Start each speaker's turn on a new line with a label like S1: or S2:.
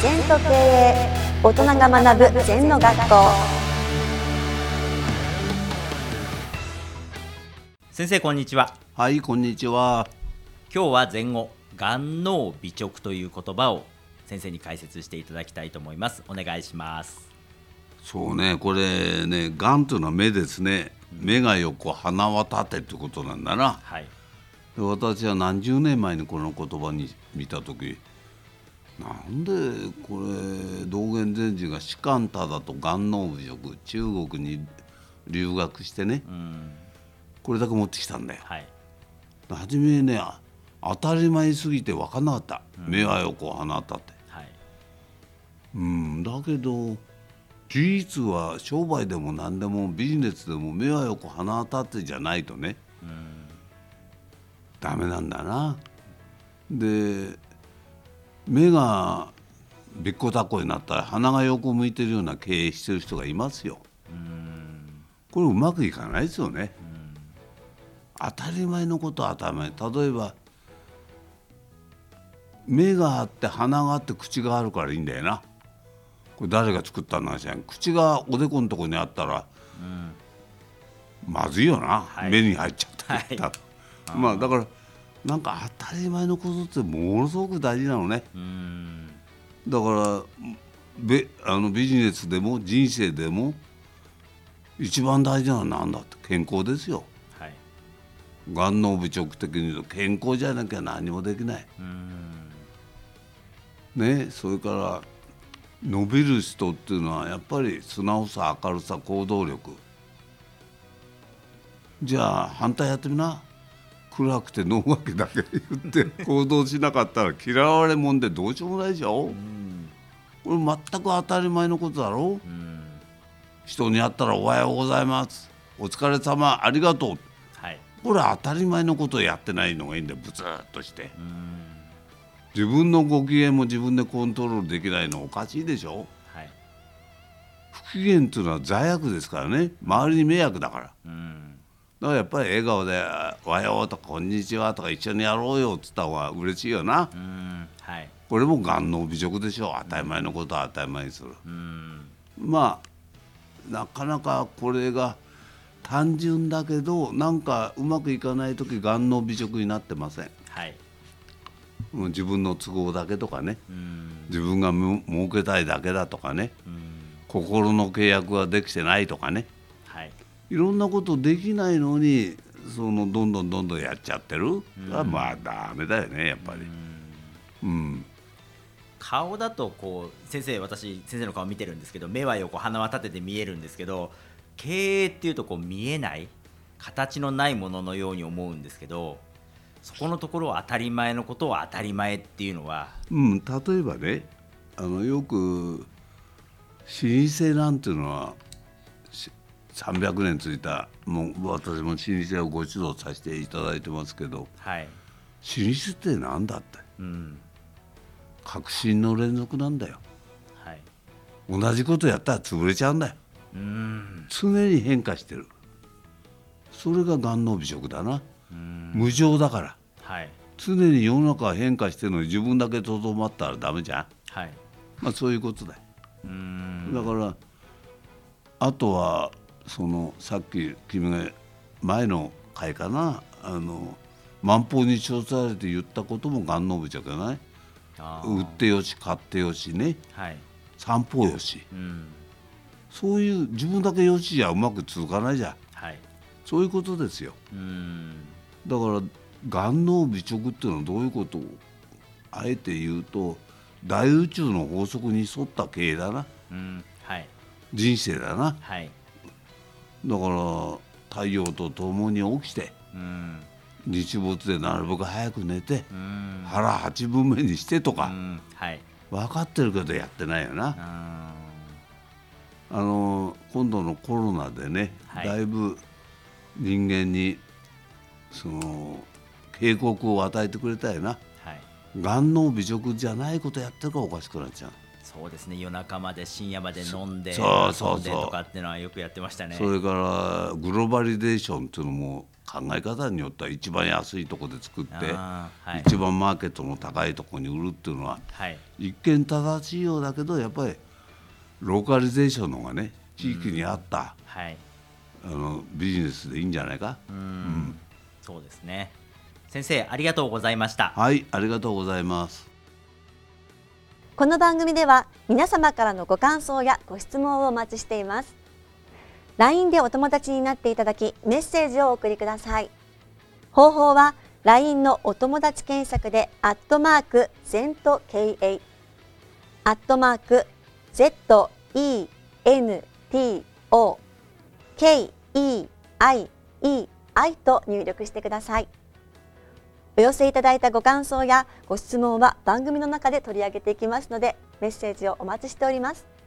S1: 禅と経営、大人が学ぶ禅の学校。
S2: 先生こんにちは。
S3: はい、こんにちは。
S2: 今日は禅語眼脳美直という言葉を先生に解説していただきたいと思います。お願いします。
S3: そうね、これね、眼というのは目ですね。目が横、鼻は縦ってことなんだな。
S2: はい。
S3: で、私は何十年前にこの言葉に見たとき、なんでこれ道元禅師が士官忠と眼脳美直、中国に留学してね、これだけ持ってきたんだよ。
S2: はい。
S3: 初めね、当たり前すぎて分かんなかった。目は横、鼻は縦。
S2: はい。
S3: だけど事実は商売でも何でもビジネスでも目は横鼻は縦じゃないとね、ダメなんだな。で、目がべっこたこになったら鼻が横向いてるような経営してる人がいますよ。これうまくいかないですよね。当たり前のことは当たり前。例えば目があって鼻があって口があるからいいんだよな。これ誰が作ったんだじゃん。口がおでこのとこにあったら、まずいよな、
S2: はい、
S3: 目に入っちゃったりしたら、
S2: はい、
S3: だからなんか当たり前のことってものすごく大事なのね。だからビジネスでも人生でも一番大事なのは何だって健康ですよ。
S2: はい、
S3: 眼脳美直的に言うと健康じゃなきゃ何もできない。ね、それから伸びる人っていうのはやっぱり素直さ、明るさ、行動力。じゃあ反対やってみな。暗くて脳わけだけ言って行動しなかったら嫌われもんでどうしようもないでしょ。これ全く当たり前のことだろ。人に会ったらおはようございます、お疲れ様、ありがとう、はい、これ当たり前のことをやってないのがいいんだよ。ブツッとして自分のご機嫌も自分でコントロールできないのおかしいでしょ。はい、不機嫌っていうのは罪悪ですからね。周りに迷惑だから。だからやっぱり笑顔でおはようとかこんにちはとか一緒にやろうよって言った方が嬉しいよな。はい、これも眼脳美直でしょ。当たり前のことは当たり前にする。なかなかこれが単純だけどなんかうまくいかないとき眼脳美直になってません。はい、もう自分の都合だけとかね、自分が儲けたいだけだとかね、心の契約ができてないとかね、はい、いろんなことできないのにどんどんやっちゃってる。まあダメだよねやっぱり。
S2: 顔だと私先生の顔見てるんですけど、目は横鼻は縦で見えるんですけど、経営っていうと見えない形のないもののように思うんですけど、そこのところは当たり前のことは当たり前っていうのは、
S3: 例えばね、よく老舗なんていうのは300年続いた、もう私も老舗をご指導させていただいてますけど、はい、老舗ってなんだって、革新の連続なんだよ。はい、同じことやったら潰れちゃうんだよ。常に変化してる。それが眼脳美直だな。無常だから、はい、常に世の中は変化してるのに自分だけとどまったらダメじゃん。はい、そういうことだよ。だからあとはさっき君が前の回かな、万法に調されて言ったことも眼脳美直じゃない。売ってよし買ってよしね、はい、散歩よし、そういう自分だけよしじゃうまく続かないじゃん。はい、そういうことですよ。だから眼脳美直っていうのはどういうことをあえて言うと、大宇宙の法則に沿った経営だな。はい、人生だな。はい、だから太陽と共に起きて、日没でなるべく早く寝て、腹8分目にしてとか、はい、分かってるけどやってないよな。今度のコロナでね、はい、だいぶ人間に警告を与えてくれたよな。はい、眼脳美直じゃないことやってるからおかしくなっちゃう。
S2: そうですね、夜中まで深夜まで飲んで遊んでとかっていうのはよくやってましたね。
S3: それからグローバリゼーションっていうのも考え方によっては一番安いところで作って、
S2: はい、
S3: 一番マーケットの高いところに売るっていうのは、
S2: はい、
S3: 一見正しいようだけどやっぱりローカリゼーションの方がね地域に合った、
S2: はい、
S3: ビジネスでいいんじゃないか。
S2: そうですね。先生ありがとうございました。
S3: はい、ありがとうございます。
S1: この番組では皆様からのご感想やご質問をお待ちしています。LINE でお友達になっていただきメッセージをお送りください。方法は LINE のお友達検索で@ZENTKEI@ZENTOKEIEI と入力してください。お寄せいただいたご感想やご質問は番組の中で取り上げていきますのでメッセージをお待ちしております。